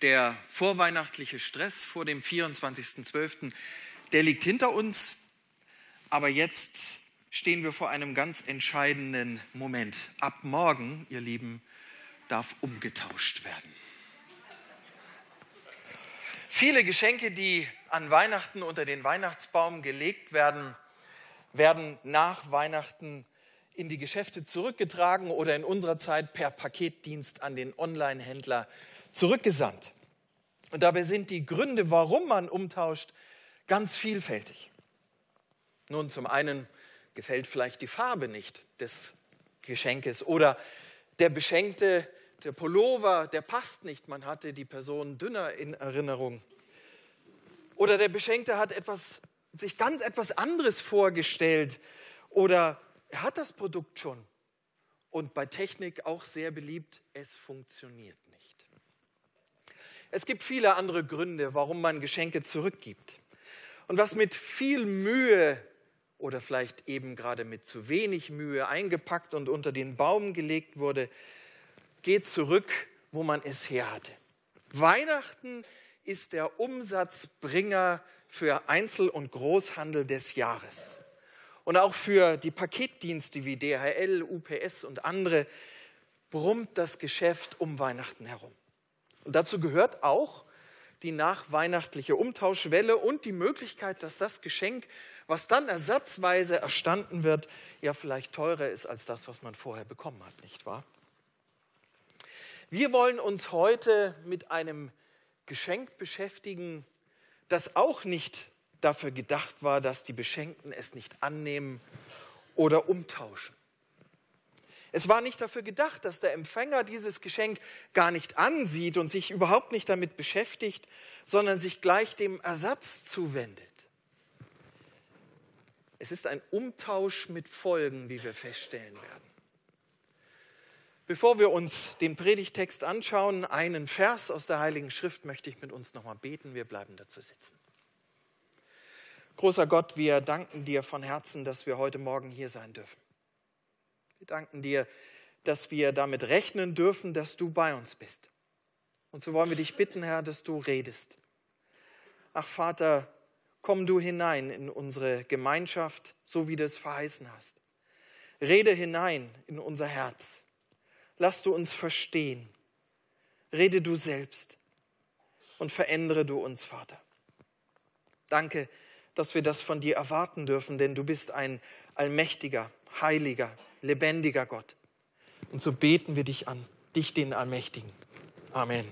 Der vorweihnachtliche Stress vor dem 24.12., der liegt hinter uns. Aber jetzt stehen wir vor einem ganz entscheidenden Moment. Ab morgen, ihr Lieben, darf umgetauscht werden. Viele Geschenke, die an Weihnachten unter den Weihnachtsbaum gelegt werden, werden nach Weihnachten in die Geschäfte zurückgetragen oder in unserer Zeit per Paketdienst an den Online-Händler zurückgesandt. Und dabei sind die Gründe, warum man umtauscht, ganz vielfältig. Nun, zum einen gefällt vielleicht die Farbe nicht des Geschenkes oder der Beschenkte, der Pullover, der passt nicht, man hatte die Person dünner in Erinnerung. Oder der Beschenkte hat sich ganz etwas anderes vorgestellt oder er hat das Produkt schon. Und bei Technik auch sehr beliebt, es funktioniert nicht. Es gibt viele andere Gründe, warum man Geschenke zurückgibt. Und was mit viel Mühe oder vielleicht eben gerade mit zu wenig Mühe eingepackt und unter den Baum gelegt wurde, geht zurück, wo man es her hatte. Weihnachten ist der Umsatzbringer für Einzel- und Großhandel des Jahres. Und auch für die Paketdienste wie DHL, UPS und andere brummt das Geschäft um Weihnachten herum. Und dazu gehört auch die nachweihnachtliche Umtauschwelle und die Möglichkeit, dass das Geschenk, was dann ersatzweise erstanden wird, ja vielleicht teurer ist als das, was man vorher bekommen hat, nicht wahr? Wir wollen uns heute mit einem Geschenk beschäftigen, das auch nicht dafür gedacht war, dass die Beschenkten es nicht annehmen oder umtauschen. Es war nicht dafür gedacht, dass der Empfänger dieses Geschenk gar nicht ansieht und sich überhaupt nicht damit beschäftigt, sondern sich gleich dem Ersatz zuwendet. Es ist ein Umtausch mit Folgen, wie wir feststellen werden. Bevor wir uns den Predigtext anschauen, einen Vers aus der Heiligen Schrift, möchte ich mit uns nochmal beten. Wir bleiben dazu sitzen. Großer Gott, wir danken dir von Herzen, dass wir heute Morgen hier sein dürfen. Wir danken dir, dass wir damit rechnen dürfen, dass du bei uns bist. Und so wollen wir dich bitten, Herr, dass du redest. Ach Vater, komm du hinein in unsere Gemeinschaft, so wie du es verheißen hast. Rede hinein in unser Herz. Lass du uns verstehen. Rede du selbst und verändere du uns, Vater. Danke, dass wir das von dir erwarten dürfen, denn du bist ein allmächtiger, heiliger, lebendiger Gott. Und so beten wir dich an, dich den Allmächtigen. Amen.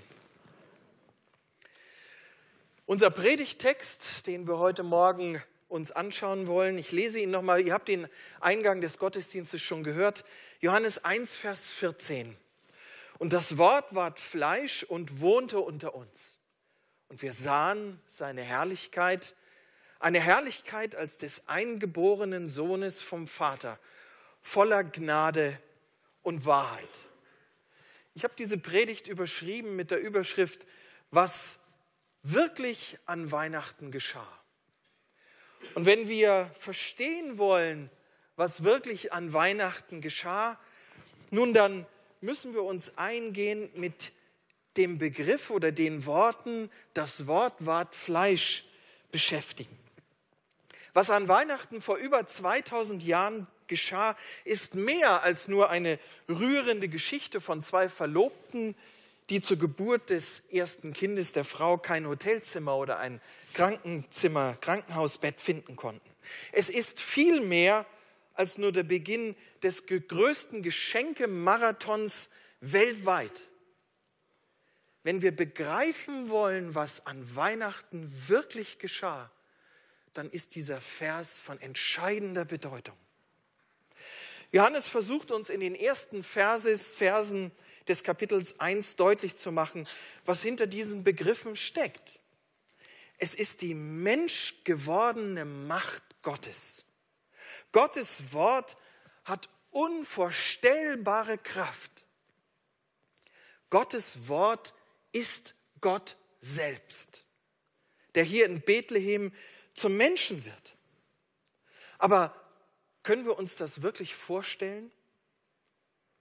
Unser Predigttext, den wir heute Morgen uns anschauen wollen, ich lese ihn nochmal, ihr habt den Eingang des Gottesdienstes schon gehört, Johannes 1, Vers 14. Und das Wort ward Fleisch und wohnte unter uns. Und wir sahen seine Herrlichkeit, eine Herrlichkeit als des eingeborenen Sohnes vom Vater, voller Gnade und Wahrheit. Ich habe diese Predigt überschrieben mit der Überschrift, was wirklich an Weihnachten geschah. Und wenn wir verstehen wollen, was wirklich an Weihnachten geschah, nun dann müssen wir uns eingehen mit dem Begriff oder den Worten, das Wort ward Fleisch, beschäftigen. Was an Weihnachten vor über 2000 Jahren geschah, ist mehr als nur eine rührende Geschichte von zwei Verlobten, die zur Geburt des ersten Kindes der Frau kein Hotelzimmer oder ein Krankenhausbett finden konnten. Es ist viel mehr als nur der Beginn des größten Geschenkemarathons weltweit. Wenn wir begreifen wollen, was an Weihnachten wirklich geschah, dann ist dieser Vers von entscheidender Bedeutung. Johannes versucht uns in den ersten Versen des Kapitels 1 deutlich zu machen, was hinter diesen Begriffen steckt. Es ist die menschgewordene Macht Gottes. Gottes Wort hat unvorstellbare Kraft. Gottes Wort ist Gott selbst, der hier in Bethlehem zum Menschen wird. Aber können wir uns das wirklich vorstellen?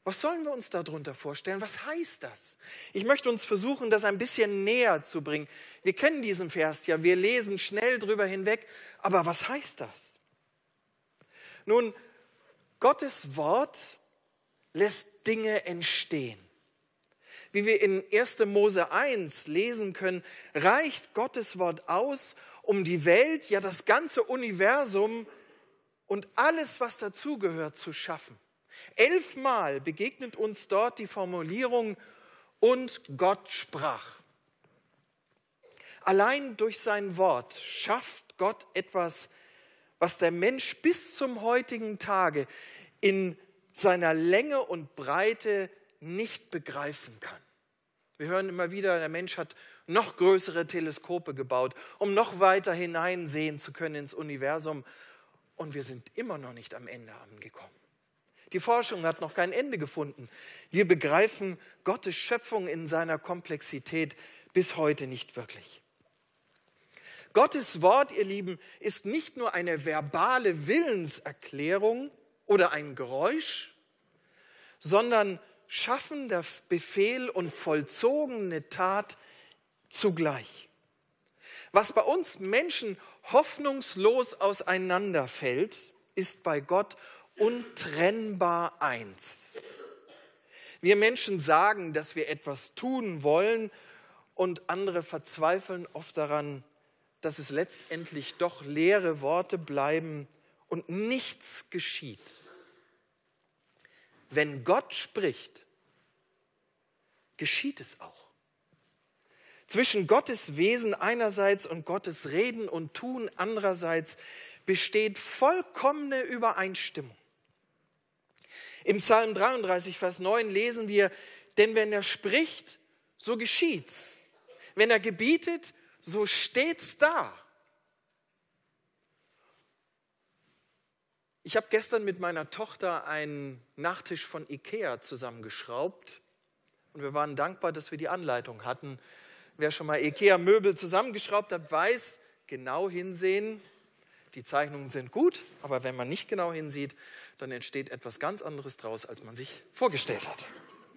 Was sollen wir uns darunter vorstellen? Was heißt das? Ich möchte uns versuchen, das ein bisschen näher zu bringen. Wir kennen diesen Vers ja, wir lesen schnell drüber hinweg, aber was heißt das? Nun, Gottes Wort lässt Dinge entstehen. Wie wir in 1. Mose 1 lesen können, reicht Gottes Wort aus, um die Welt, ja das ganze Universum und alles, was dazugehört, zu schaffen. 11 Mal begegnet uns dort die Formulierung „und Gott sprach". Allein durch sein Wort schafft Gott etwas, was der Mensch bis zum heutigen Tage in seiner Länge und Breite nicht begreifen kann. Wir hören immer wieder, der Mensch hat noch größere Teleskope gebaut, um noch weiter hineinsehen zu können ins Universum. Und wir sind immer noch nicht am Ende angekommen. Die Forschung hat noch kein Ende gefunden. Wir begreifen Gottes Schöpfung in seiner Komplexität bis heute nicht wirklich. Gottes Wort, ihr Lieben, ist nicht nur eine verbale Willenserklärung oder ein Geräusch, sondern schaffender Befehl und vollzogene Tat zugleich. Was bei uns Menschen hoffnungslos auseinanderfällt, ist bei Gott untrennbar eins. Wir Menschen sagen, dass wir etwas tun wollen, und andere verzweifeln oft daran, dass es letztendlich doch leere Worte bleiben und nichts geschieht. Wenn Gott spricht, geschieht es auch. Zwischen Gottes Wesen einerseits und Gottes Reden und Tun andererseits besteht vollkommene Übereinstimmung. Im Psalm 33, Vers 9 lesen wir: Denn wenn er spricht, so geschieht's. Wenn er gebietet, so steht's da. Ich habe gestern mit meiner Tochter einen Nachttisch von Ikea zusammengeschraubt und wir waren dankbar, dass wir die Anleitung hatten. Wer schon mal Ikea-Möbel zusammengeschraubt hat, weiß, genau hinsehen. Die Zeichnungen sind gut, aber wenn man nicht genau hinsieht, dann entsteht etwas ganz anderes draus, als man sich vorgestellt hat.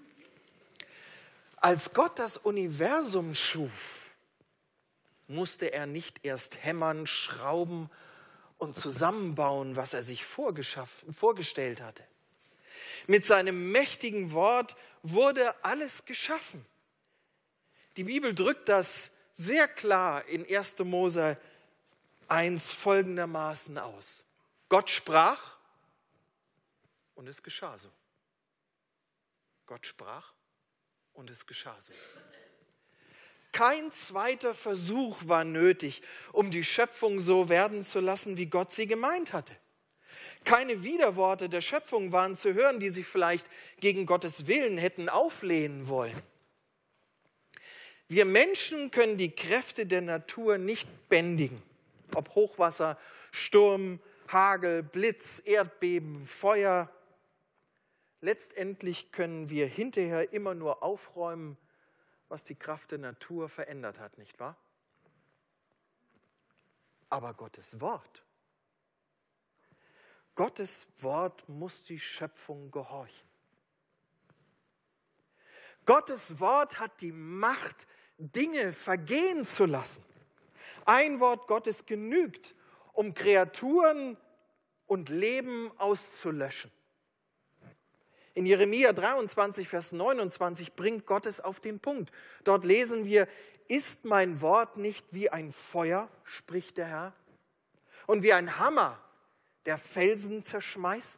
Als Gott das Universum schuf, musste er nicht erst hämmern, schrauben und zusammenbauen, was er sich vorgestellt hatte. Mit seinem mächtigen Wort wurde alles geschaffen. Die Bibel drückt das sehr klar in 1. Mose 1 folgendermaßen aus: Gott sprach und es geschah so. Gott sprach und es geschah so. Kein zweiter Versuch war nötig, um die Schöpfung so werden zu lassen, wie Gott sie gemeint hatte. Keine Widerworte der Schöpfung waren zu hören, die sich vielleicht gegen Gottes Willen hätten auflehnen wollen. Wir Menschen können die Kräfte der Natur nicht bändigen. Ob Hochwasser, Sturm, Hagel, Blitz, Erdbeben, Feuer. Letztendlich können wir hinterher immer nur aufräumen, was die Kraft der Natur verändert hat, nicht wahr? Aber Gottes Wort muss die Schöpfung gehorchen. Gottes Wort hat die Macht, Dinge vergehen zu lassen. Ein Wort Gottes genügt, um Kreaturen und Leben auszulöschen. In Jeremia 23, Vers 29 bringt Gott es auf den Punkt. Dort lesen wir: Ist mein Wort nicht wie ein Feuer, spricht der Herr, und wie ein Hammer, der Felsen zerschmeißt?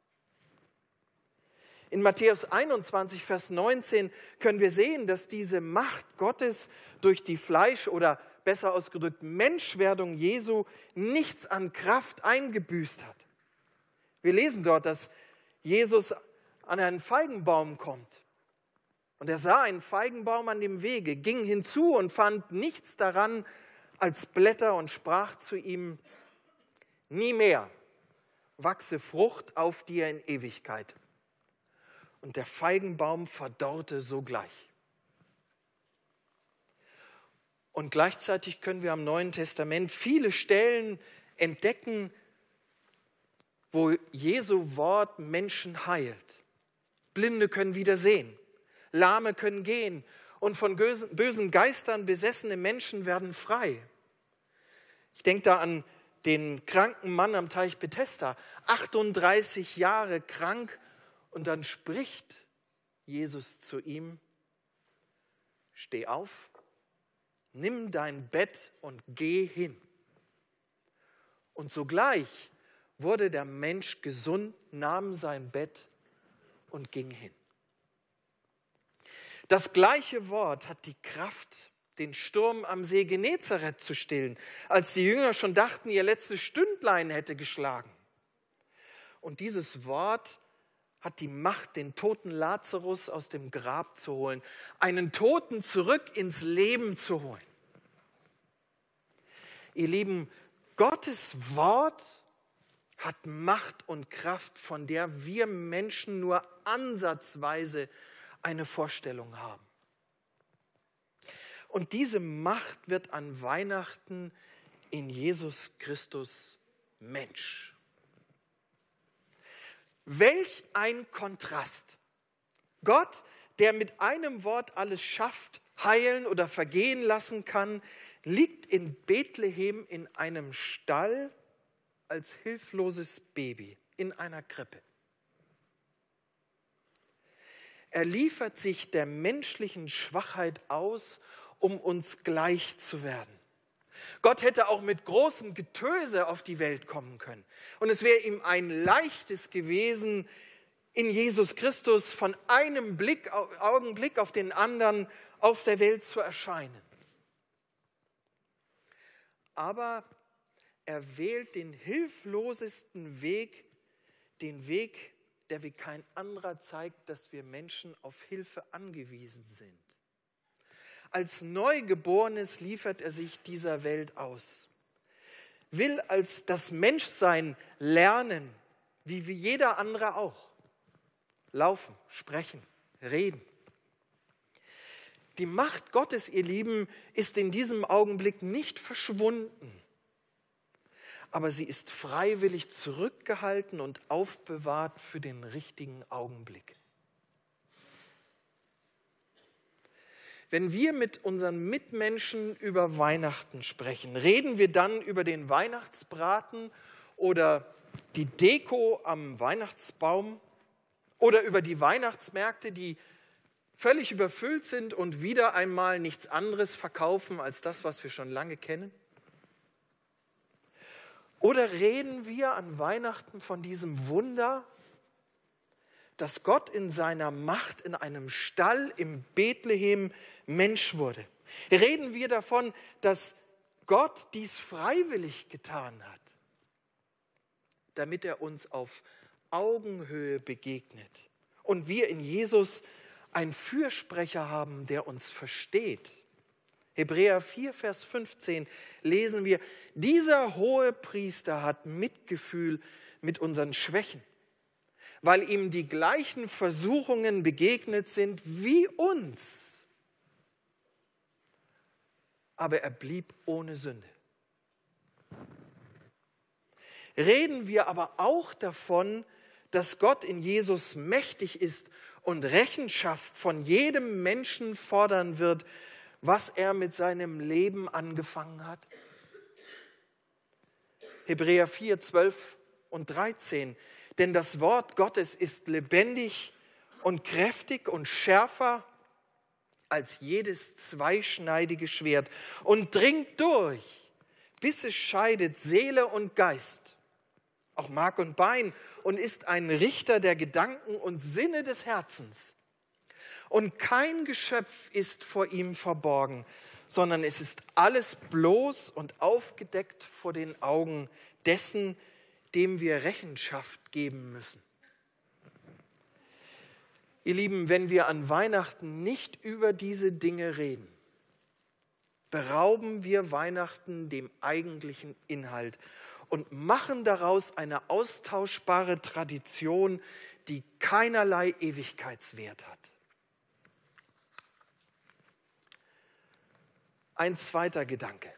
In Matthäus 21, Vers 19 können wir sehen, dass diese Macht Gottes durch die Fleisch- oder besser ausgedrückt Menschwerdung Jesu nichts an Kraft eingebüßt hat. Wir lesen dort, dass Jesus an einen Feigenbaum kommt. Und er sah einen Feigenbaum an dem Wege, ging hinzu und fand nichts daran als Blätter und sprach zu ihm: Nie mehr wachse Frucht auf dir in Ewigkeit. Und der Feigenbaum verdorrte sogleich. Und gleichzeitig können wir am Neuen Testament viele Stellen entdecken, wo Jesu Wort Menschen heilt. Blinde können wieder sehen, Lahme können gehen und von bösen Geistern besessene Menschen werden frei. Ich denke da an den kranken Mann am Teich Bethesda, 38 Jahre krank, und dann spricht Jesus zu ihm: Steh auf, nimm dein Bett und geh hin. Und sogleich wurde der Mensch gesund, nahm sein Bett und ging hin. Das gleiche Wort hat die Kraft, den Sturm am See Genezareth zu stillen, als die Jünger schon dachten, ihr letztes Stündlein hätte geschlagen. Und dieses Wort hat die Macht, den toten Lazarus aus dem Grab zu holen, einen Toten zurück ins Leben zu holen. Ihr Lieben, Gottes Wort hat Macht und Kraft, von der wir Menschen nur ansatzweise eine Vorstellung haben. Und diese Macht wird an Weihnachten in Jesus Christus Mensch. Welch ein Kontrast. Gott, der mit einem Wort alles schafft, heilen oder vergehen lassen kann, liegt in Bethlehem in einem Stall als hilfloses Baby in einer Krippe. Er liefert sich der menschlichen Schwachheit aus, um uns gleich zu werden. Gott hätte auch mit großem Getöse auf die Welt kommen können. Und es wäre ihm ein leichtes gewesen, in Jesus Christus von einem Augenblick auf den anderen auf der Welt zu erscheinen. Aber er wählt den hilflosesten Weg, den Weg, der wie kein anderer zeigt, dass wir Menschen auf Hilfe angewiesen sind. Als Neugeborenes liefert er sich dieser Welt aus, will als das Menschsein lernen, wie jeder andere auch. Laufen, sprechen, reden. Die Macht Gottes, ihr Lieben, ist in diesem Augenblick nicht verschwunden, aber sie ist freiwillig zurückgehalten und aufbewahrt für den richtigen Augenblick. Wenn wir mit unseren Mitmenschen über Weihnachten sprechen, reden wir dann über den Weihnachtsbraten oder die Deko am Weihnachtsbaum oder über die Weihnachtsmärkte, die völlig überfüllt sind und wieder einmal nichts anderes verkaufen als das, was wir schon lange kennen? Oder reden wir an Weihnachten von diesem Wunder, dass Gott in seiner Macht in einem Stall im Bethlehem Mensch wurde? Reden wir davon, dass Gott dies freiwillig getan hat, damit er uns auf Augenhöhe begegnet und wir in Jesus einen Fürsprecher haben, der uns versteht? Hebräer 4, Vers 15 lesen wir: Dieser Hohepriester hat Mitgefühl mit unseren Schwächen, weil ihm die gleichen Versuchungen begegnet sind wie uns. Aber er blieb ohne Sünde. Reden wir aber auch davon, dass Gott in Jesus mächtig ist und Rechenschaft von jedem Menschen fordern wird, was er mit seinem Leben angefangen hat? Hebräer 4, 12 und 13. Denn das Wort Gottes ist lebendig und kräftig und schärfer als jedes zweischneidige Schwert und dringt durch, bis es scheidet Seele und Geist, auch Mark und Bein, und ist ein Richter der Gedanken und Sinne des Herzens. Und kein Geschöpf ist vor ihm verborgen, sondern es ist alles bloß und aufgedeckt vor den Augen dessen, dem wir Rechenschaft geben müssen. Ihr Lieben, wenn wir an Weihnachten nicht über diese Dinge reden, berauben wir Weihnachten dem eigentlichen Inhalt und machen daraus eine austauschbare Tradition, die keinerlei Ewigkeitswert hat. Ein zweiter Gedanke.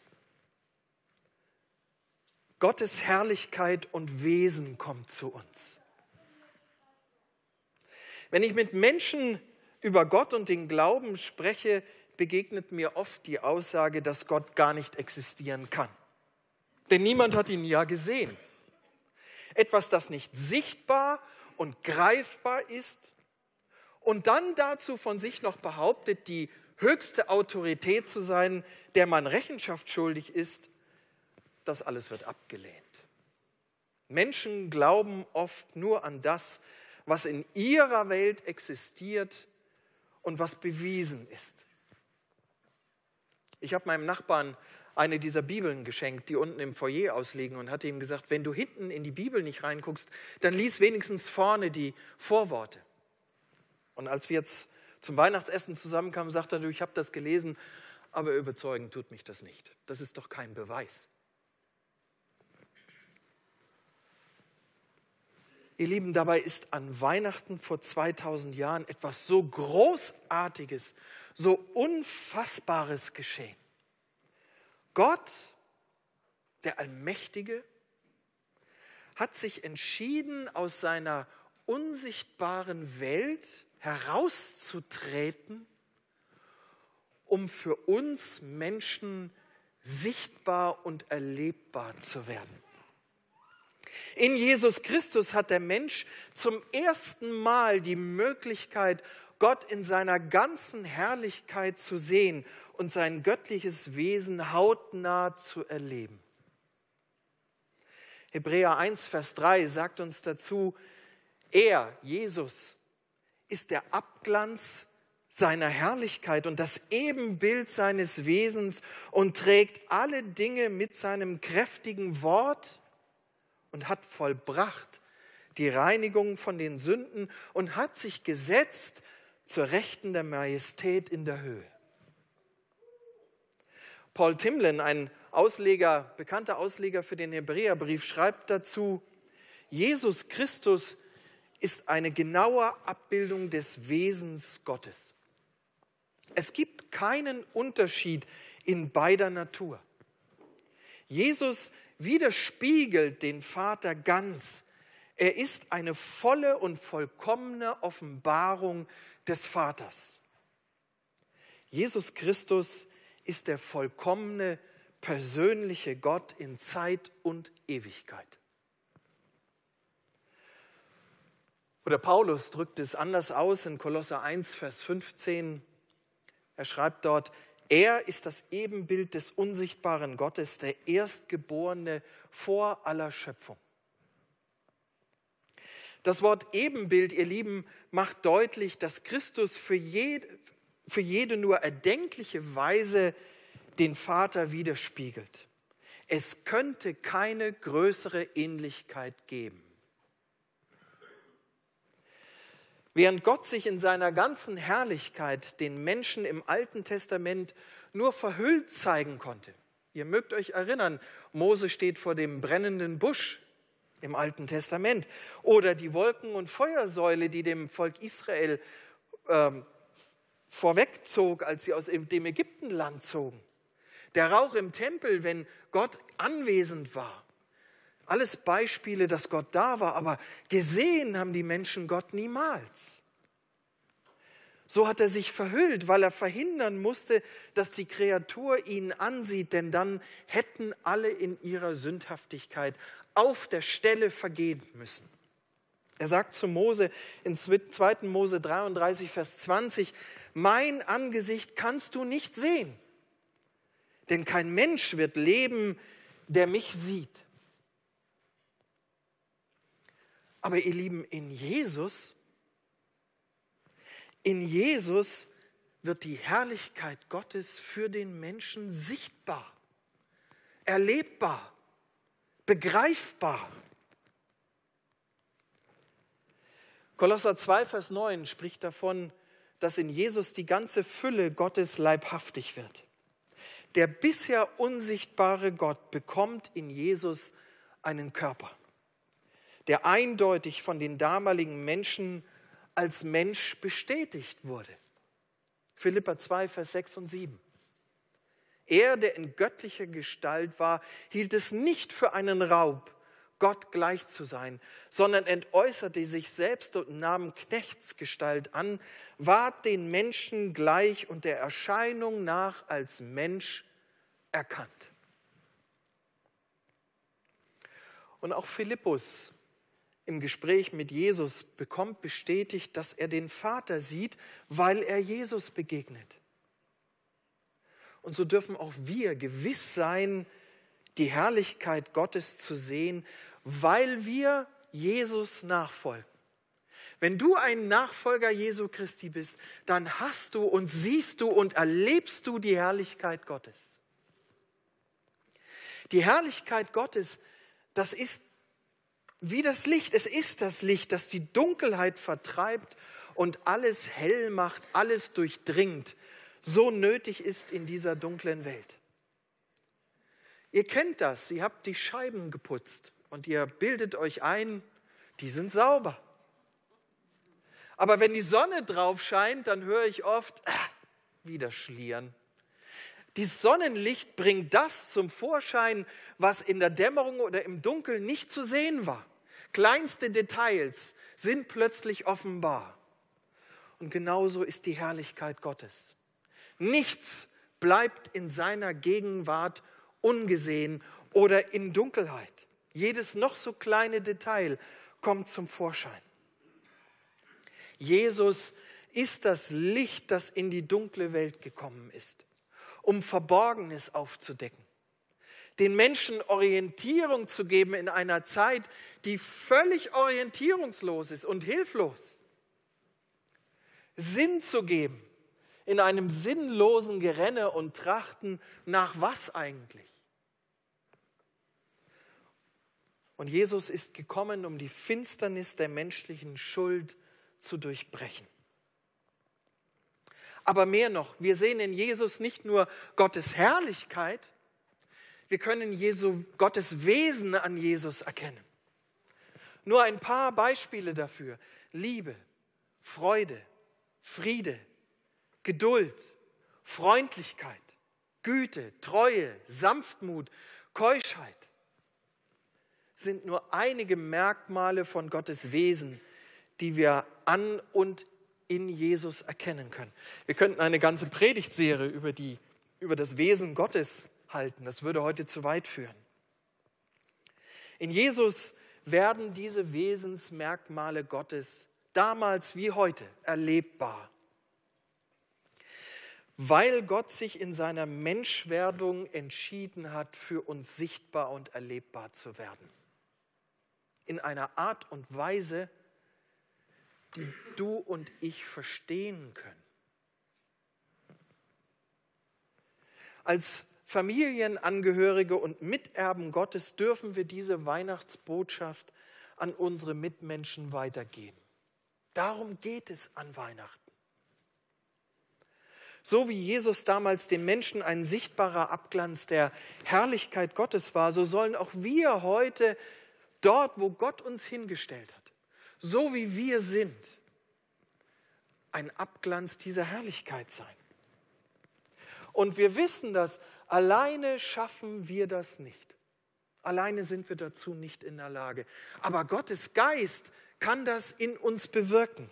Gottes Herrlichkeit und Wesen kommt zu uns. Wenn ich mit Menschen über Gott und den Glauben spreche, begegnet mir oft die Aussage, dass Gott gar nicht existieren kann. Denn niemand hat ihn ja gesehen. Etwas, das nicht sichtbar und greifbar ist und dann dazu von sich noch behauptet, die höchste Autorität zu sein, der man Rechenschaft schuldig ist, das alles wird abgelehnt. Menschen glauben oft nur an das, was in ihrer Welt existiert und was bewiesen ist. Ich habe meinem Nachbarn eine dieser Bibeln geschenkt, die unten im Foyer ausliegen, und hatte ihm gesagt, wenn du hinten in die Bibel nicht reinguckst, dann lies wenigstens vorne die Vorworte. Und als wir jetzt zum Weihnachtsessen zusammenkamen, sagte er, ich habe das gelesen, aber überzeugen tut mich das nicht. Das ist doch kein Beweis. Ihr Lieben, dabei ist an Weihnachten vor 2000 Jahren etwas so Großartiges, so Unfassbares geschehen. Gott, der Allmächtige, hat sich entschieden, aus seiner unsichtbaren Welt herauszutreten, um für uns Menschen sichtbar und erlebbar zu werden. In Jesus Christus hat der Mensch zum ersten Mal die Möglichkeit, Gott in seiner ganzen Herrlichkeit zu sehen und sein göttliches Wesen hautnah zu erleben. Hebräer 1, Vers 3 sagt uns dazu, er, Jesus, ist der Abglanz seiner Herrlichkeit und das Ebenbild seines Wesens und trägt alle Dinge mit seinem kräftigen Wort und hat vollbracht die Reinigung von den Sünden und hat sich gesetzt zur Rechten der Majestät in der Höhe. Paul Timlin, ein bekannter Ausleger für den Hebräerbrief, schreibt dazu, Jesus Christus ist eine genaue Abbildung des Wesens Gottes. Es gibt keinen Unterschied in beider Natur. Jesus widerspiegelt den Vater ganz. Er ist eine volle und vollkommene Offenbarung des Vaters. Jesus Christus ist der vollkommene, persönliche Gott in Zeit und Ewigkeit. Oder Paulus drückt es anders aus in Kolosser 1, Vers 15. Er schreibt dort, er ist das Ebenbild des unsichtbaren Gottes, der Erstgeborene vor aller Schöpfung. Das Wort Ebenbild, ihr Lieben, macht deutlich, dass Christus für jede nur erdenkliche Weise den Vater widerspiegelt. Es könnte keine größere Ähnlichkeit geben. Während Gott sich in seiner ganzen Herrlichkeit den Menschen im Alten Testament nur verhüllt zeigen konnte. Ihr mögt euch erinnern, Mose steht vor dem brennenden Busch im Alten Testament. Oder die Wolken- und Feuersäule, die dem Volk Israel vorwegzog, als sie aus dem Ägyptenland zogen. Der Rauch im Tempel, wenn Gott anwesend war. Alles Beispiele, dass Gott da war, aber gesehen haben die Menschen Gott niemals. So hat er sich verhüllt, weil er verhindern musste, dass die Kreatur ihn ansieht, denn dann hätten alle in ihrer Sündhaftigkeit auf der Stelle vergehen müssen. Er sagt zu Mose in 2. Mose 33, Vers 20, mein Angesicht kannst du nicht sehen, denn kein Mensch wird leben, der mich sieht. Aber ihr Lieben, in Jesus wird die Herrlichkeit Gottes für den Menschen sichtbar, erlebbar, begreifbar. Kolosser 2, Vers 9 spricht davon, dass in Jesus die ganze Fülle Gottes leibhaftig wird. Der bisher unsichtbare Gott bekommt in Jesus einen Körper, der eindeutig von den damaligen Menschen als Mensch bestätigt wurde. Philipper 2, Vers 6 und 7. Er, der in göttlicher Gestalt war, hielt es nicht für einen Raub, Gott gleich zu sein, sondern entäußerte sich selbst und nahm Knechtsgestalt an, ward den Menschen gleich und der Erscheinung nach als Mensch erkannt. Und auch Philippus im Gespräch mit Jesus bekommt bestätigt, dass er den Vater sieht, weil er Jesus begegnet. Und so dürfen auch wir gewiss sein, die Herrlichkeit Gottes zu sehen, weil wir Jesus nachfolgen. Wenn du ein Nachfolger Jesu Christi bist, dann hast du und siehst du und erlebst du die Herrlichkeit Gottes. Die Herrlichkeit Gottes, das ist wie das Licht. Es ist das Licht, das die Dunkelheit vertreibt und alles hell macht, alles durchdringt, so nötig ist in dieser dunklen Welt. Ihr kennt das, ihr habt die Scheiben geputzt und ihr bildet euch ein, die sind sauber. Aber wenn die Sonne drauf scheint, dann höre ich oft, wieder schlieren. Das Sonnenlicht bringt das zum Vorschein, was in der Dämmerung oder im Dunkeln nicht zu sehen war. Kleinste Details sind plötzlich offenbar. Und genauso ist die Herrlichkeit Gottes. Nichts bleibt in seiner Gegenwart ungesehen oder in Dunkelheit. Jedes noch so kleine Detail kommt zum Vorschein. Jesus ist das Licht, das in die dunkle Welt gekommen ist, um Verborgenes aufzudecken, den Menschen Orientierung zu geben in einer Zeit, die völlig orientierungslos ist und hilflos. Sinn zu geben in einem sinnlosen Gerenne und Trachten nach was eigentlich? Und Jesus ist gekommen, um die Finsternis der menschlichen Schuld zu durchbrechen. Aber mehr noch, wir sehen in Jesus nicht nur Gottes Herrlichkeit, wir können Gottes Wesen an Jesus erkennen. Nur ein paar Beispiele dafür: Liebe, Freude, Friede, Geduld, Freundlichkeit, Güte, Treue, Sanftmut, Keuschheit sind nur einige Merkmale von Gottes Wesen, die wir an und in Jesus erkennen können. Wir könnten eine ganze Predigtserie über das Wesen Gottes halten. Das würde heute zu weit führen. In Jesus werden diese Wesensmerkmale Gottes damals wie heute erlebbar, weil Gott sich in seiner Menschwerdung entschieden hat, für uns sichtbar und erlebbar zu werden. In einer Art und Weise, die du und ich verstehen können. Als Familienangehörige und Miterben Gottes dürfen wir diese Weihnachtsbotschaft an unsere Mitmenschen weitergeben. Darum geht es an Weihnachten. So wie Jesus damals den Menschen ein sichtbarer Abglanz der Herrlichkeit Gottes war, so sollen auch wir heute dort, wo Gott uns hingestellt hat, so wie wir sind, ein Abglanz dieser Herrlichkeit sein. Und wir wissen das, alleine schaffen wir das nicht. Alleine sind wir dazu nicht in der Lage. Aber Gottes Geist kann das in uns bewirken.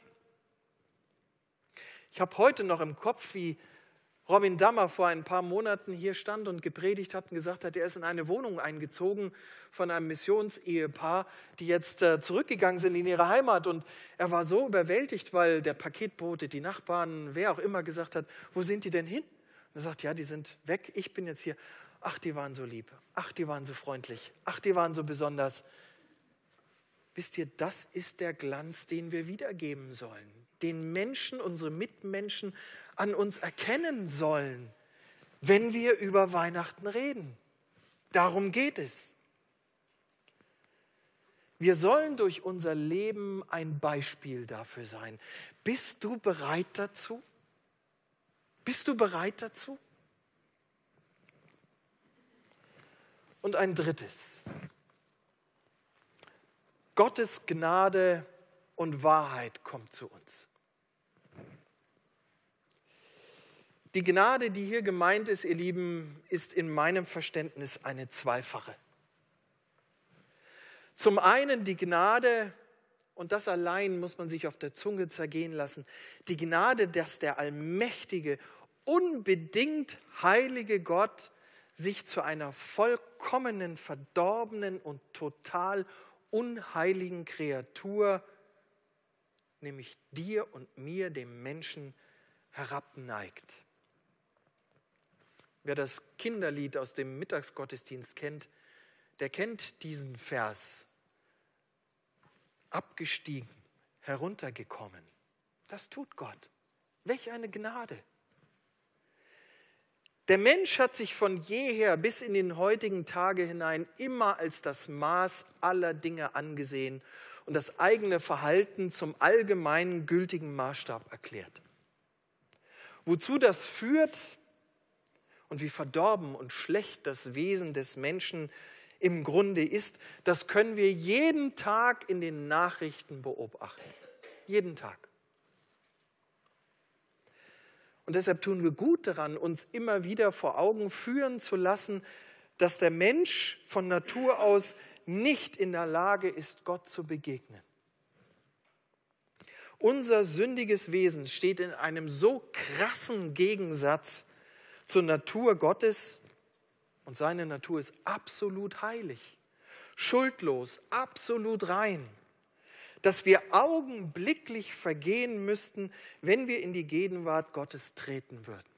Ich habe heute noch im Kopf, wie Robin Dammer vor ein paar Monaten hier stand und gepredigt hat und gesagt hat, er ist in eine Wohnung eingezogen von einem Missionsehepaar, die jetzt zurückgegangen sind in ihre Heimat. Und er war so überwältigt, weil der Paketbote, die Nachbarn, wer auch immer gesagt hat, wo sind die denn hin? Und er sagt, ja, die sind weg, ich bin jetzt hier. Ach, die waren so lieb, ach, die waren so freundlich, ach, die waren so besonders. Wisst ihr, das ist der Glanz, den wir wiedergeben sollen, den Menschen, unsere Mitmenschen an uns erkennen sollen, wenn wir über Weihnachten reden. Darum geht es. Wir sollen durch unser Leben ein Beispiel dafür sein. Bist du bereit dazu? Bist du bereit dazu? Und ein drittes. Gottes Gnade und Wahrheit kommt zu uns. Die Gnade, die hier gemeint ist, ihr Lieben, ist in meinem Verständnis eine zweifache. Zum einen die Gnade, und das allein muss man sich auf der Zunge zergehen lassen, die Gnade, dass der allmächtige, unbedingt heilige Gott sich zu einer vollkommenen, verdorbenen und total unheiligen Kreatur, nämlich dir und mir, dem Menschen, herabneigt. Wer das Kinderlied aus dem Mittagsgottesdienst kennt, der kennt diesen Vers. Abgestiegen, heruntergekommen. Das tut Gott. Welch eine Gnade. Der Mensch hat sich von jeher bis in den heutigen Tage hinein immer als das Maß aller Dinge angesehen und das eigene Verhalten zum allgemeinen gültigen Maßstab erklärt. Wozu das führt und wie verdorben und schlecht das Wesen des Menschen im Grunde ist, das können wir jeden Tag in den Nachrichten beobachten. Jeden Tag. Und deshalb tun wir gut daran, uns immer wieder vor Augen führen zu lassen, dass der Mensch von Natur aus nicht in der Lage ist, Gott zu begegnen. Unser sündiges Wesen steht in einem so krassen Gegensatz zur Natur Gottes, und seine Natur ist absolut heilig, schuldlos, absolut rein, dass wir augenblicklich vergehen müssten, wenn wir in die Gegenwart Gottes treten würden.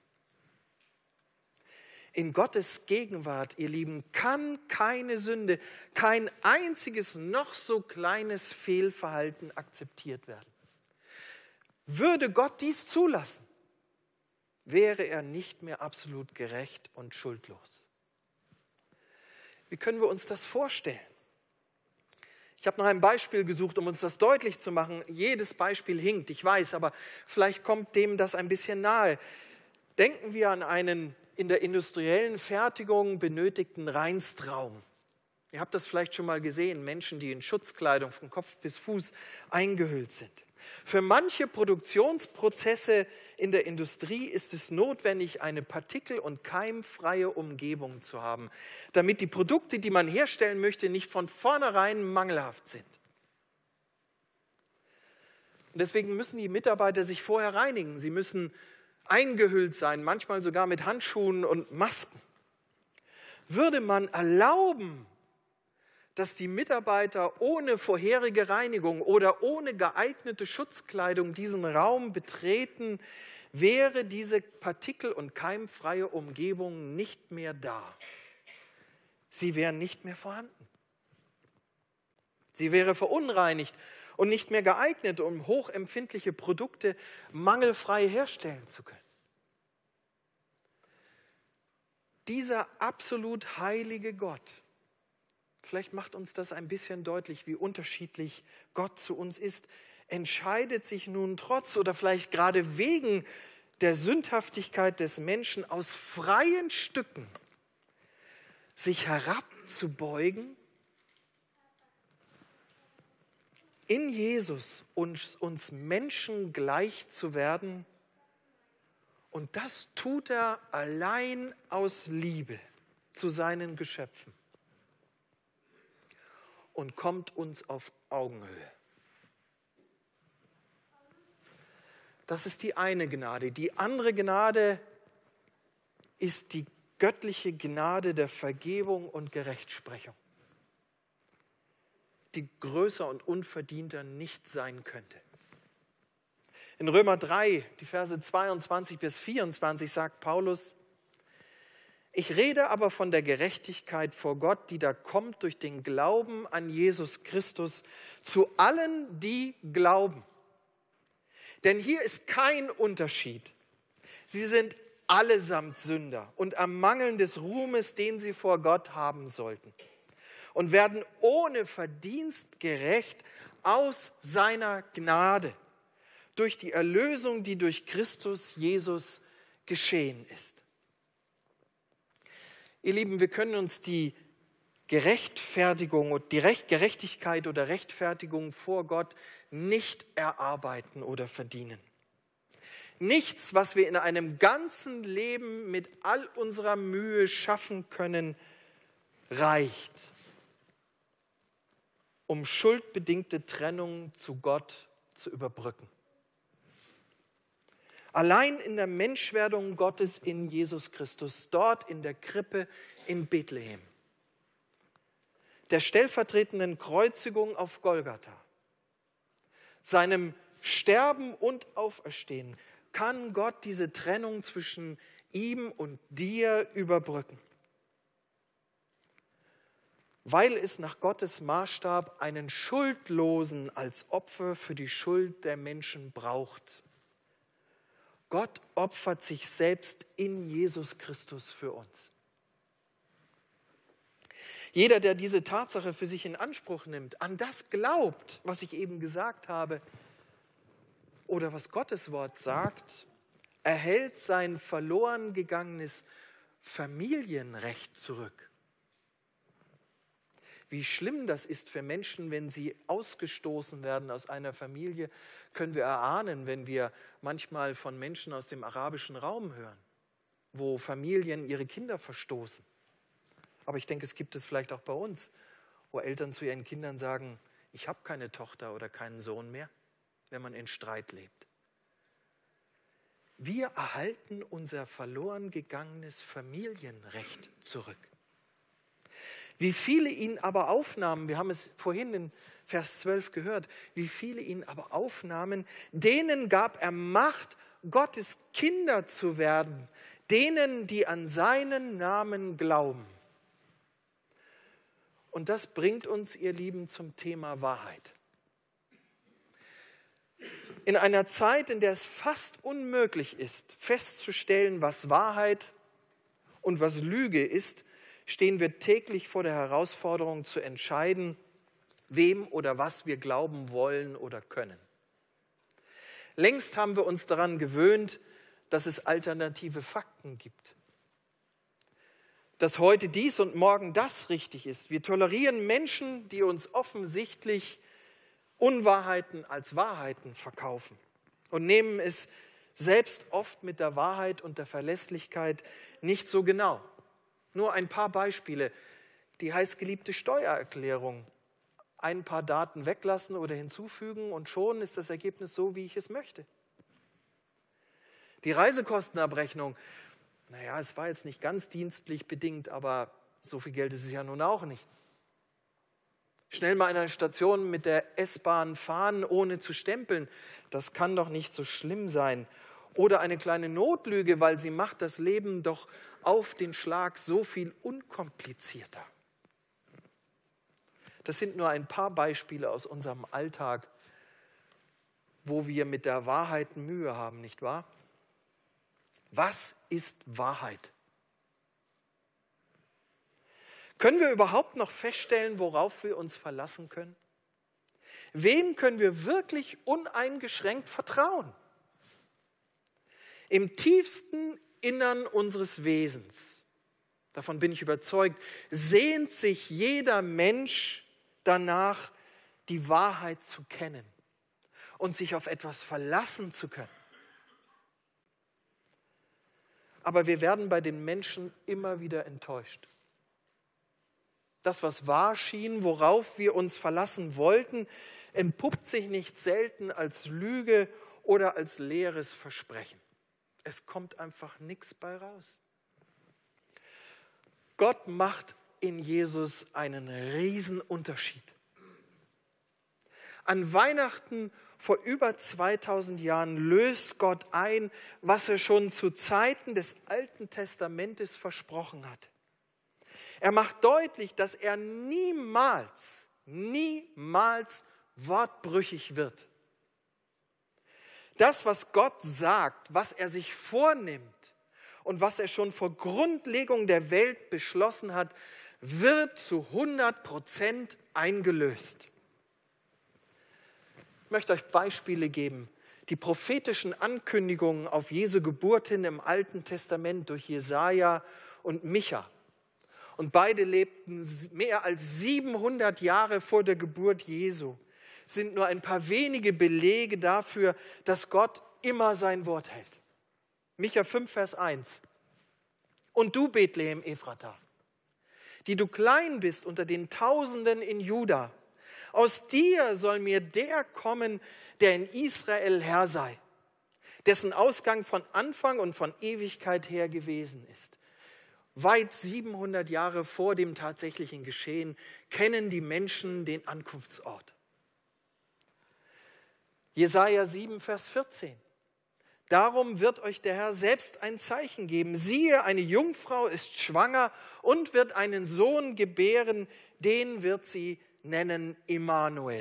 In Gottes Gegenwart, ihr Lieben, kann keine Sünde, kein einziges noch so kleines Fehlverhalten akzeptiert werden. Würde Gott dies zulassen, wäre er nicht mehr absolut gerecht und schuldlos. Wie können wir uns das vorstellen? Ich habe noch ein Beispiel gesucht, um uns das deutlich zu machen. Jedes Beispiel hinkt, ich weiß, aber vielleicht kommt dem das ein bisschen nahe. Denken wir an einen in der industriellen Fertigung benötigten Reinstraum. Ihr habt das vielleicht schon mal gesehen, Menschen, die in Schutzkleidung von Kopf bis Fuß eingehüllt sind. Für manche Produktionsprozesse in der Industrie ist es notwendig, eine partikel- und keimfreie Umgebung zu haben, damit die Produkte, die man herstellen möchte, nicht von vornherein mangelhaft sind. Und deswegen müssen die Mitarbeiter sich vorher reinigen. Sie müssen eingehüllt sein, manchmal sogar mit Handschuhen und Masken. Würde man erlauben, dass die Mitarbeiter ohne vorherige Reinigung oder ohne geeignete Schutzkleidung diesen Raum betreten, wäre diese partikel- und keimfreie Umgebung nicht mehr da. Sie wäre nicht mehr vorhanden. Sie wäre verunreinigt und nicht mehr geeignet, um hochempfindliche Produkte mangelfrei herstellen zu können. Dieser absolut heilige Gott, vielleicht macht uns das ein bisschen deutlich, wie unterschiedlich Gott zu uns ist, entscheidet sich nun trotz oder vielleicht gerade wegen der Sündhaftigkeit des Menschen aus freien Stücken, sich herabzubeugen, in Jesus uns Menschen gleich zu werden. Und das tut er allein aus Liebe zu seinen Geschöpfen und kommt uns auf Augenhöhe. Das ist die eine Gnade. Die andere Gnade ist die göttliche Gnade der Vergebung und Gerechtsprechung, die größer und unverdienter nicht sein könnte. In Römer 3, die Verse 22 bis 24 sagt Paulus: Ich rede aber von der Gerechtigkeit vor Gott, die da kommt durch den Glauben an Jesus Christus zu allen, die glauben. Denn hier ist kein Unterschied. Sie sind allesamt Sünder und ermangeln des Ruhmes, den sie vor Gott haben sollten, und werden ohne Verdienst gerecht aus seiner Gnade durch die Erlösung, die durch Christus Jesus geschehen ist. Ihr Lieben, wir können uns die Gerechtfertigung und die Gerechtigkeit oder Rechtfertigung vor Gott nicht erarbeiten oder verdienen. Nichts, was wir in einem ganzen Leben mit all unserer Mühe schaffen können, reicht. um schuldbedingte Trennung zu Gott zu überbrücken. Allein in der Menschwerdung Gottes in Jesus Christus, dort in der Krippe in Bethlehem, der stellvertretenden Kreuzigung auf Golgatha, seinem Sterben und Auferstehen, kann Gott diese Trennung zwischen ihm und dir überbrücken. Weil es nach Gottes Maßstab einen Schuldlosen als Opfer für die Schuld der Menschen braucht. Gott opfert sich selbst in Jesus Christus für uns. Jeder, der diese Tatsache für sich in Anspruch nimmt, an das glaubt, was ich eben gesagt habe, oder was Gottes Wort sagt, erhält sein verloren gegangenes Familienrecht zurück. Wie schlimm das ist für Menschen, wenn sie ausgestoßen werden aus einer Familie, können wir erahnen, wenn wir manchmal von Menschen aus dem arabischen Raum hören, wo Familien ihre Kinder verstoßen. Aber ich denke, es gibt es vielleicht auch bei uns, wo Eltern zu ihren Kindern sagen, ich habe keine Tochter oder keinen Sohn mehr, wenn man in Streit lebt. Wir erhalten unser verloren gegangenes Familienrecht zurück. Wie viele ihn aber aufnahmen, wir haben es vorhin in Vers 12 gehört, wie viele ihn aber aufnahmen, denen gab er Macht, Gottes Kinder zu werden, denen, die an seinen Namen glauben. Und das bringt uns, ihr Lieben, zum Thema Wahrheit. In einer Zeit, in der es fast unmöglich ist, festzustellen, was Wahrheit und was Lüge ist, stehen wir täglich vor der Herausforderung zu entscheiden, wem oder was wir glauben wollen oder können. Längst haben wir uns daran gewöhnt, dass es alternative Fakten gibt. Dass heute dies und morgen das richtig ist. Wir tolerieren Menschen, die uns offensichtlich Unwahrheiten als Wahrheiten verkaufen und nehmen es selbst oft mit der Wahrheit und der Verlässlichkeit nicht so genau. Nur ein paar Beispiele. Die heißgeliebte Steuererklärung. Ein paar Daten weglassen oder hinzufügen und schon ist das Ergebnis so, wie ich es möchte. Die Reisekostenabrechnung. Naja, es war jetzt nicht ganz dienstlich bedingt, aber so viel Geld ist es ja nun auch nicht. Schnell mal an einer Station mit der S-Bahn fahren, ohne zu stempeln, das kann doch nicht so schlimm sein. Oder eine kleine Notlüge, weil sie macht das Leben doch auf den Schlag so viel unkomplizierter. Das sind nur ein paar Beispiele aus unserem Alltag, wo wir mit der Wahrheit Mühe haben, nicht wahr? Was ist Wahrheit? Können wir überhaupt noch feststellen, worauf wir uns verlassen können? Wem können wir wirklich uneingeschränkt vertrauen? Im tiefsten Innern unseres Wesens, davon bin ich überzeugt, sehnt sich jeder Mensch danach, die Wahrheit zu kennen und sich auf etwas verlassen zu können. Aber wir werden bei den Menschen immer wieder enttäuscht. Das, was wahr schien, worauf wir uns verlassen wollten, entpuppt sich nicht selten als Lüge oder als leeres Versprechen. Es kommt einfach nichts bei raus. Gott macht in Jesus einen Riesenunterschied. An Weihnachten vor über 2000 Jahren löst Gott ein, was er schon zu Zeiten des Alten Testamentes versprochen hat. Er macht deutlich, dass er niemals wortbrüchig wird. Das, was Gott sagt, was er sich vornimmt und was er schon vor Grundlegung der Welt beschlossen hat, wird zu 100% eingelöst. Ich möchte euch Beispiele geben. Die prophetischen Ankündigungen auf Jesu Geburt hin im Alten Testament durch Jesaja und Micha. Und beide lebten mehr als 700 Jahre vor der Geburt Jesu. Sind nur ein paar wenige Belege dafür, dass Gott immer sein Wort hält. Micha 5, Vers 1. Und du, Bethlehem Ephrata, die du klein bist unter den Tausenden in Juda, Aus dir soll mir der kommen, der in Israel Herr sei, dessen Ausgang von Anfang und von Ewigkeit her gewesen ist. Weit 700 Jahre vor dem tatsächlichen Geschehen kennen die Menschen den Ankunftsort. Jesaja 7, Vers 14. Darum wird euch der Herr selbst ein Zeichen geben. Siehe, eine Jungfrau ist schwanger und wird einen Sohn gebären, den wird sie nennen Immanuel.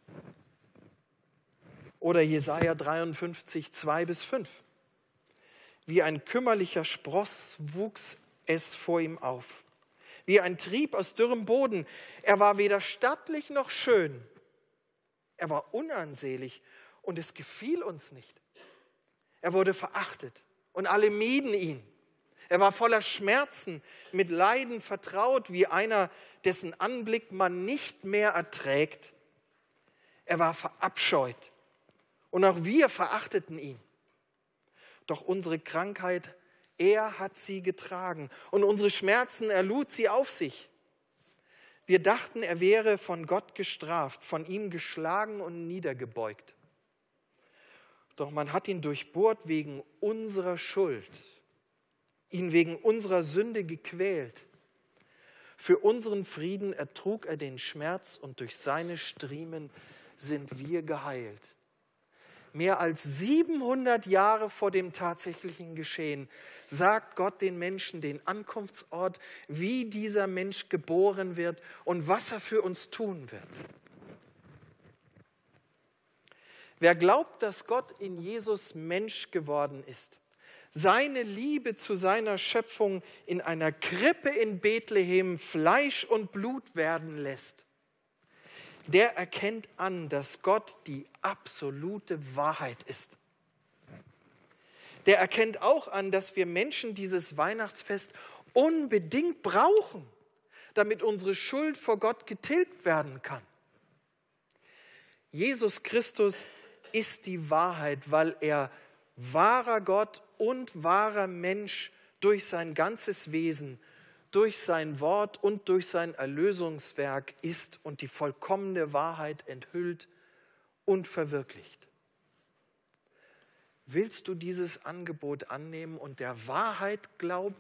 Oder Jesaja 53, 2 bis 5. Wie ein kümmerlicher Spross wuchs es vor ihm auf, wie ein Trieb aus dürrem Boden. Er war weder stattlich noch schön. Er war unansehlich und es gefiel uns nicht. Er wurde verachtet und alle mieden ihn. Er war voller Schmerzen, mit Leiden vertraut, wie einer, dessen Anblick man nicht mehr erträgt. Er war verabscheut und auch wir verachteten ihn. Doch unsere Krankheit, er hat sie getragen und unsere Schmerzen, er lud sie auf sich. Wir dachten, er wäre von Gott gestraft, von ihm geschlagen und niedergebeugt. Doch man hat ihn durchbohrt wegen unserer Schuld, ihn wegen unserer Sünde gequält. Für unseren Frieden ertrug er den Schmerz und durch seine Striemen sind wir geheilt. Mehr als 700 Jahre vor dem tatsächlichen Geschehen sagt Gott den Menschen den Ankunftsort, wie dieser Mensch geboren wird und was er für uns tun wird. Wer glaubt, dass Gott in Jesus Mensch geworden ist, seine Liebe zu seiner Schöpfung in einer Krippe in Bethlehem Fleisch und Blut werden lässt, der erkennt an, dass Gott die absolute Wahrheit ist. Der erkennt auch an, dass wir Menschen dieses Weihnachtsfest unbedingt brauchen, damit unsere Schuld vor Gott getilgt werden kann. Jesus Christus ist die Wahrheit, weil er wahrer Gott und wahrer Mensch durch sein ganzes Wesen, durch sein Wort und durch sein Erlösungswerk ist und die vollkommene Wahrheit enthüllt und verwirklicht. Willst du dieses Angebot annehmen und der Wahrheit glauben?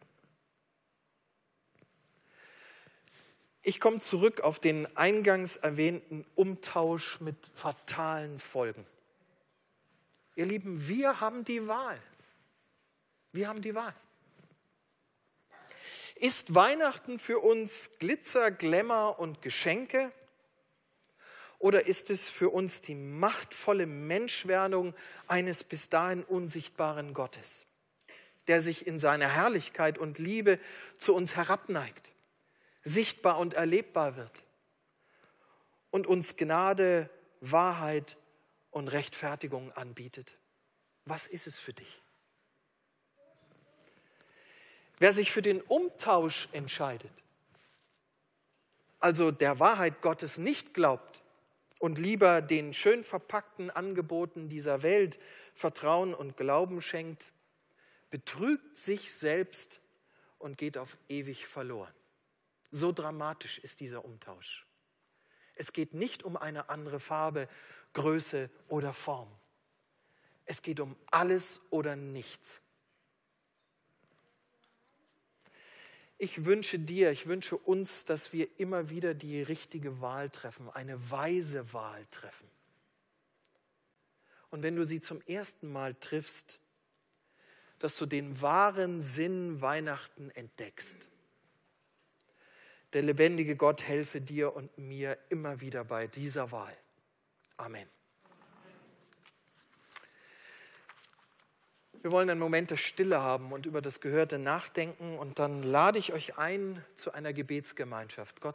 Ich komme zurück auf den eingangs erwähnten Umtausch mit fatalen Folgen. Ihr Lieben, wir haben die Wahl. Wir haben die Wahl. Ist Weihnachten für uns Glitzer, Glamour und Geschenke? Oder ist es für uns die machtvolle Menschwerdung eines bis dahin unsichtbaren Gottes, der sich in seiner Herrlichkeit und Liebe zu uns herabneigt, sichtbar und erlebbar wird und uns Gnade, Wahrheit und Rechtfertigung anbietet? Was ist es für dich? Wer sich für den Umtausch entscheidet, also der Wahrheit Gottes nicht glaubt und lieber den schön verpackten Angeboten dieser Welt Vertrauen und Glauben schenkt, betrügt sich selbst und geht auf ewig verloren. So dramatisch ist dieser Umtausch. Es geht nicht um eine andere Farbe, Größe oder Form. Es geht um alles oder nichts. Ich wünsche dir, ich wünsche uns, dass wir immer wieder die richtige Wahl treffen, eine weise Wahl treffen. Und wenn du sie zum ersten Mal triffst, dass du den wahren Sinn Weihnachten entdeckst. Der lebendige Gott helfe dir und mir immer wieder bei dieser Wahl. Amen. Wir wollen einen Moment der Stille haben und über das Gehörte nachdenken und dann lade ich euch ein zu einer Gebetsgemeinschaft. Gott